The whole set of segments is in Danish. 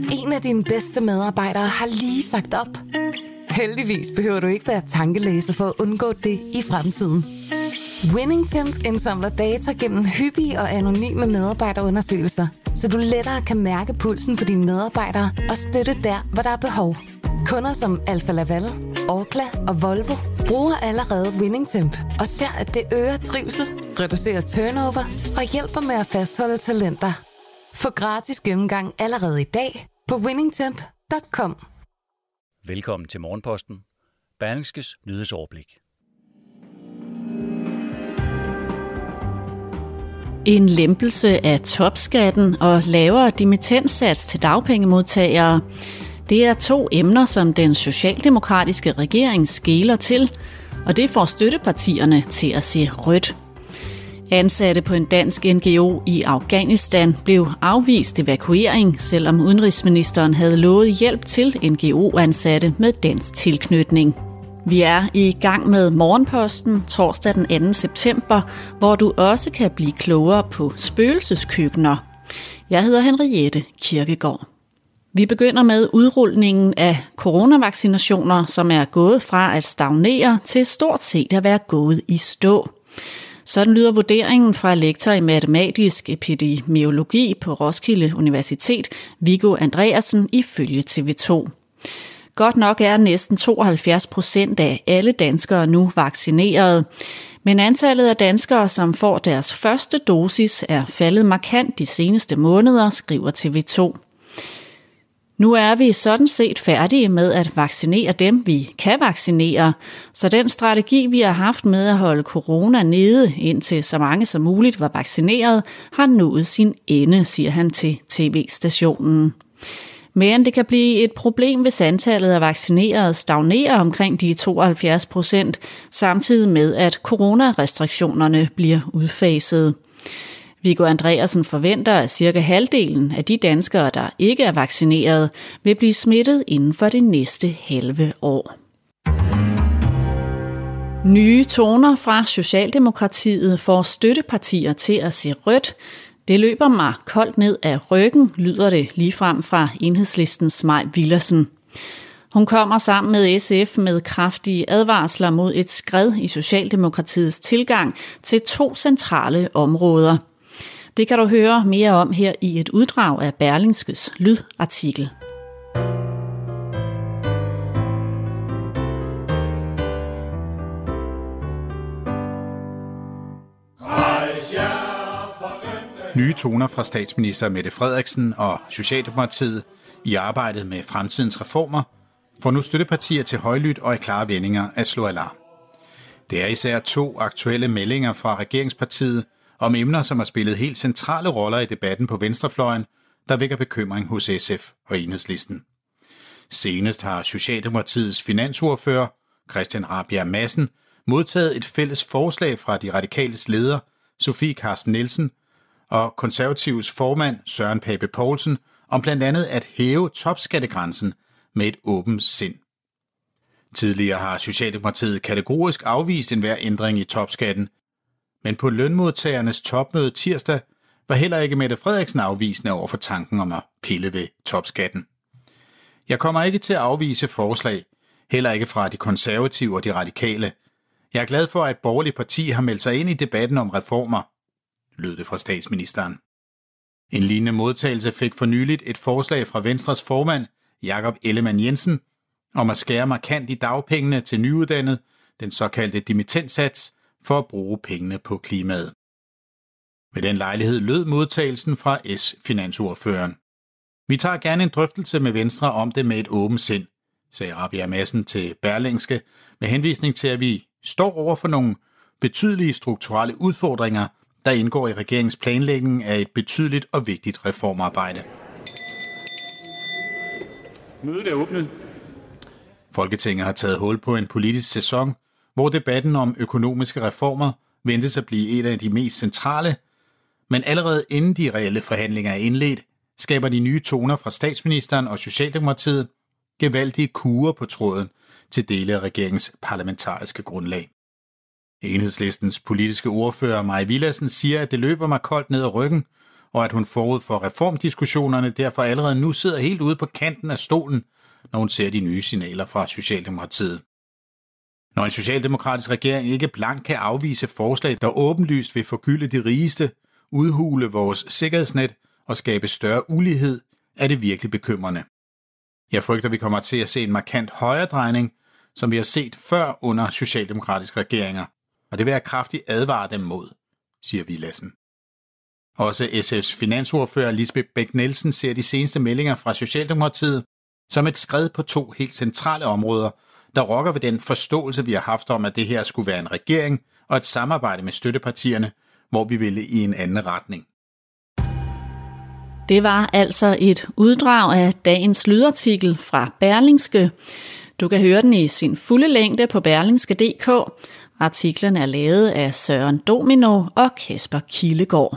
En af dine bedste medarbejdere har lige sagt op. Heldigvis behøver du ikke være tankelæser for at undgå det i fremtiden. WinningTemp indsamler data gennem hyppige og anonyme medarbejderundersøgelser, så du lettere kan mærke pulsen på dine medarbejdere og støtte der, hvor der er behov. Kunder som Alfa Laval, Orkla og Volvo bruger allerede WinningTemp og ser, at det øger trivsel, reducerer turnover og hjælper med at fastholde talenter. Få gratis gennemgang allerede i dag på winningtemp.com. Velkommen til Morgenposten, Berlingskes nyhedsoverblik. En lempelse af topskatten og lavere dimittendsats til dagpengemodtagere. Det er to emner, som den socialdemokratiske regering skeler til, og det får støttepartierne til at se rødt. Ansatte på en dansk NGO i Afghanistan blev afvist evakuering, selvom udenrigsministeren havde lovet hjælp til NGO-ansatte med dansk tilknytning. Vi er i gang med Morgenposten torsdag den 2. september, hvor du også kan blive klogere på spøgelseskøkkener. Jeg hedder Henriette Kirkegaard. Vi begynder med udrulningen af coronavaccinationer, som er gået fra at stagnere til stort set at være gået i stå. Sådan lyder vurderingen fra lektor i matematisk epidemiologi på Roskilde Universitet, Viggo Andreasen, ifølge TV2. Godt nok er næsten 72% af alle danskere nu vaccineret, men antallet af danskere, som får deres første dosis, er faldet markant de seneste måneder, skriver TV2. Nu er vi sådan set færdige med at vaccinere dem, vi kan vaccinere, så den strategi, vi har haft med at holde corona nede, indtil så mange som muligt var vaccineret, har nået sin ende, siger han til tv-stationen. Men det kan blive et problem, hvis antallet af vaccinerede stagnerer omkring de 72%, samtidig med at coronarestriktionerne bliver udfaset. Viggo Andreasen forventer, at cirka halvdelen af de danskere, der ikke er vaccineret, vil blive smittet inden for det næste halve år. Nye toner fra Socialdemokratiet får støttepartier til at se rødt. Det løber mig koldt ned af ryggen, lyder det ligefrem fra Enhedslistens Mai Villadsen. Hun kommer sammen med SF med kraftige advarsler mod et skred i Socialdemokratiets tilgang til 2 centrale områder. Det kan du høre mere om her i et uddrag af Berlingskes lydartikel. Nye toner fra statsminister Mette Frederiksen og Socialdemokratiet i arbejdet med fremtidens reformer får nu støttepartier til højlydt og i klare vendinger at slå alarm. Det er især 2 aktuelle meldinger fra regeringspartiet om emner, som har spillet helt centrale roller i debatten på venstrefløjen, der vækker bekymring hos SF og Enhedslisten. Senest har Socialdemokratiets finansordfører, Christian Rabjerg Madsen, modtaget et fælles forslag fra de radikales leder, Sofie Carsten Nielsen, og konservatives formand, Søren Pape Poulsen, om blandt andet at hæve topskattegrænsen med et åbent sind. Tidligere har Socialdemokratiet kategorisk afvist enhver ændring i topskatten, men på lønmodtagernes topmøde tirsdag var heller ikke Mette Frederiksen afvisende over for tanken om at pille ved topskatten. Jeg kommer ikke til at afvise forslag, heller ikke fra de konservative og de radikale. Jeg er glad for, at et borgerligt parti har meldt sig ind i debatten om reformer, lød det fra statsministeren. En lignende modtagelse fik for nyligt et forslag fra Venstres formand, Jakob Ellemann-Jensen, om at skære markant i dagpengene til nyuddannede, den såkaldte dimittendsats, for at bruge pengene på klimaet. Med den lejlighed lød modtagelsen fra S-finansordføreren. Vi tager gerne en drøftelse med Venstre om det med et åbent sind, sagde Rabjerg Madsen til Berlingske, med henvisning til, at vi står over for nogle betydelige strukturelle udfordringer, der indgår i regeringens planlægning af et betydeligt og vigtigt reformarbejde. Mødet er åbnet. Folketinget har taget hul på en politisk sæson, hvor debatten om økonomiske reformer ventes at blive et af de mest centrale, men allerede inden de reelle forhandlinger er indledt, skaber de nye toner fra statsministeren og Socialdemokratiet gevaldige kurer på tråden til dele af regeringens parlamentariske grundlag. Enhedslistens politiske ordfører Mai Villadsen siger, at det løber mig koldt ned ad ryggen, og at hun forud for reformdiskussionerne derfor allerede nu sidder helt ude på kanten af stolen, når hun ser de nye signaler fra Socialdemokratiet. Når en socialdemokratisk regering ikke blankt kan afvise forslag, der åbenlyst vil forgylde de rigeste, udhule vores sikkerhedsnet og skabe større ulighed, er det virkelig bekymrende. Jeg frygter, vi kommer til at se en markant højredrejning, som vi har set før under socialdemokratiske regeringer, og det vil jeg kraftigt advare dem mod, siger Villadsen. Også SF's finansordfører Lisbeth Bech-Nielsen ser de seneste meldinger fra Socialdemokratiet som et skred på 2 helt centrale områder, der rokker ved den forståelse, vi har haft om, at det her skulle være en regering og et samarbejde med støttepartierne, hvor vi ville i en anden retning. Det var altså et uddrag af dagens lydartikel fra Berlingske. Du kan høre den i sin fulde længde på berlingske.dk. Artiklen er lavet af Søren Domino og Kasper Kilegaard.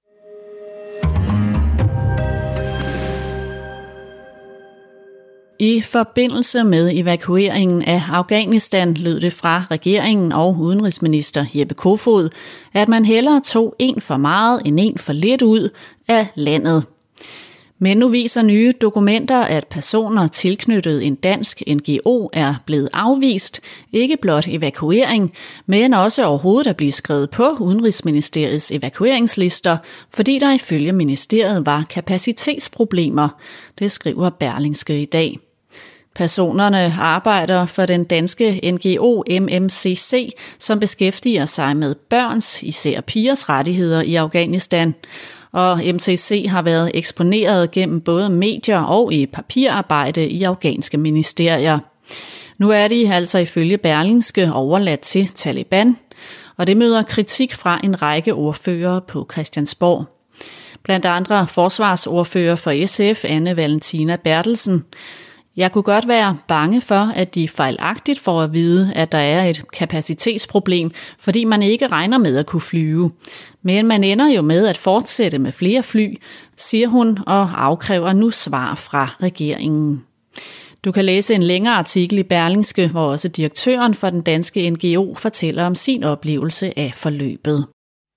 I forbindelse med evakueringen af Afghanistan lød det fra regeringen og udenrigsminister Jeppe Kofod, at man hellere tog en for meget end en for lidt ud af landet. Men nu viser nye dokumenter, at personer tilknyttet en dansk NGO er blevet afvist, ikke blot evakuering, men også overhovedet at blive skrevet på Udenrigsministeriets evakueringslister, fordi der ifølge ministeriet var kapacitetsproblemer. Det skriver Berlingske i dag. Personerne arbejder for den danske NGO MMCC, som beskæftiger sig med børns, især pigers rettigheder i Afghanistan. Og MCC har været eksponeret gennem både medier og i papirarbejde i afghanske ministerier. Nu er de altså ifølge Berlingske overladt til Taliban, og det møder kritik fra en række ordførere på Christiansborg. Blandt andre forsvarsordfører for SF, Anne Valentina Bertelsen. Jeg kunne godt være bange for, at de fejlagtigt får at vide, at der er et kapacitetsproblem, fordi man ikke regner med at kunne flyve. Men man ender jo med at fortsætte med flere fly, siger hun og afkræver nu svar fra regeringen. Du kan læse en længere artikel i Berlingske, hvor også direktøren for den danske NGO fortæller om sin oplevelse af forløbet.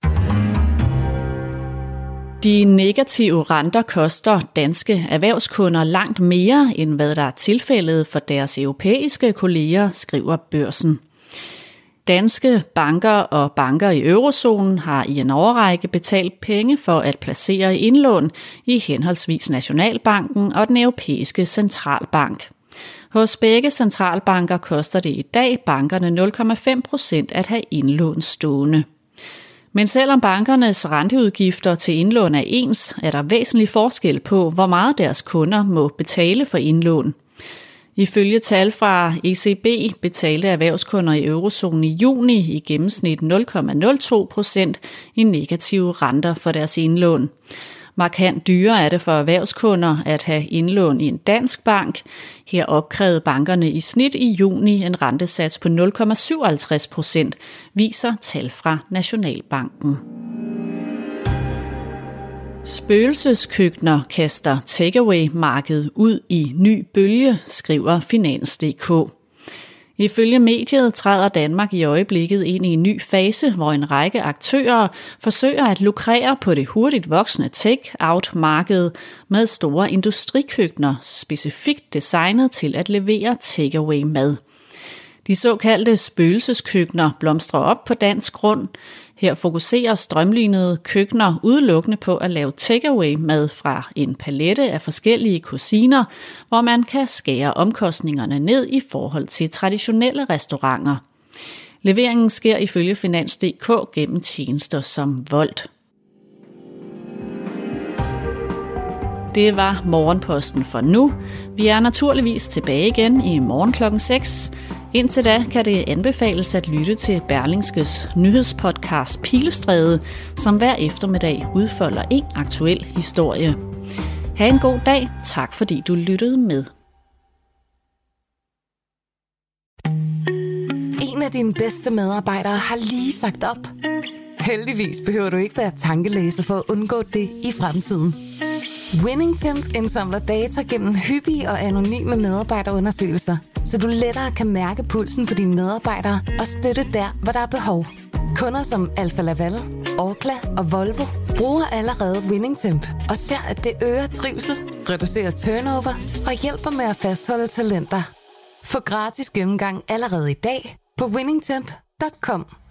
De negative renter koster danske erhvervskunder langt mere, end hvad der er tilfældet for deres europæiske kolleger, skriver Børsen. Danske banker og banker i eurozonen har i en årrække betalt penge for at placere indlån i henholdsvis Nationalbanken og den europæiske centralbank. Hos begge centralbanker koster det i dag bankerne 0,5% at have indlån stående. Men selvom bankernes renteudgifter til indlån er ens, er der væsentlig forskel på, hvor meget deres kunder må betale for indlån. Ifølge tal fra ECB betalte erhvervskunder i eurozonen i juni i gennemsnit 0,02% i negative renter for deres indlån. Markant dyrere er det for erhvervskunder at have indlån i en dansk bank. Her opkrævede bankerne i snit i juni en rentesats på 0,57%, viser tal fra Nationalbanken. Spøgelseskøkkener kaster takeaway-markedet ud i ny bølge, skriver Finans.dk. Ifølge mediet træder Danmark i øjeblikket ind i en ny fase, hvor en række aktører forsøger at lukrere på det hurtigt voksende take-out-marked med store industrikøkkener, specifikt designet til at levere takeaway-mad. De såkaldte spøgelseskøkkener blomstrer op på dansk grund. Her fokuserer strømlinede køkkener udelukkende på at lave takeaway-mad fra en palette af forskellige cuisiner, hvor man kan skære omkostningerne ned i forhold til traditionelle restauranter. Leveringen sker ifølge Finans.dk gennem tjenester som Volt. Det var Morgenposten for nu. Vi er naturligvis tilbage igen i morgen klokken 6. Indtil da kan det anbefales at lytte til Berlingskes nyhedspodcast Pilestræde, som hver eftermiddag udfolder en aktuel historie. Ha' en god dag. Tak fordi du lyttede med. En af dine bedste medarbejdere har lige sagt op. Heldigvis behøver du ikke være tankelæser for at undgå det i fremtiden. WinningTemp indsamler data gennem hyppige og anonyme medarbejderundersøgelser, så du lettere kan mærke pulsen på dine medarbejdere og støtte der, hvor der er behov. Kunder som Alfa Laval, Orkla og Volvo bruger allerede WinningTemp og ser, at det øger trivsel, reducerer turnover og hjælper med at fastholde talenter. Få gratis gennemgang allerede i dag på winningtemp.com.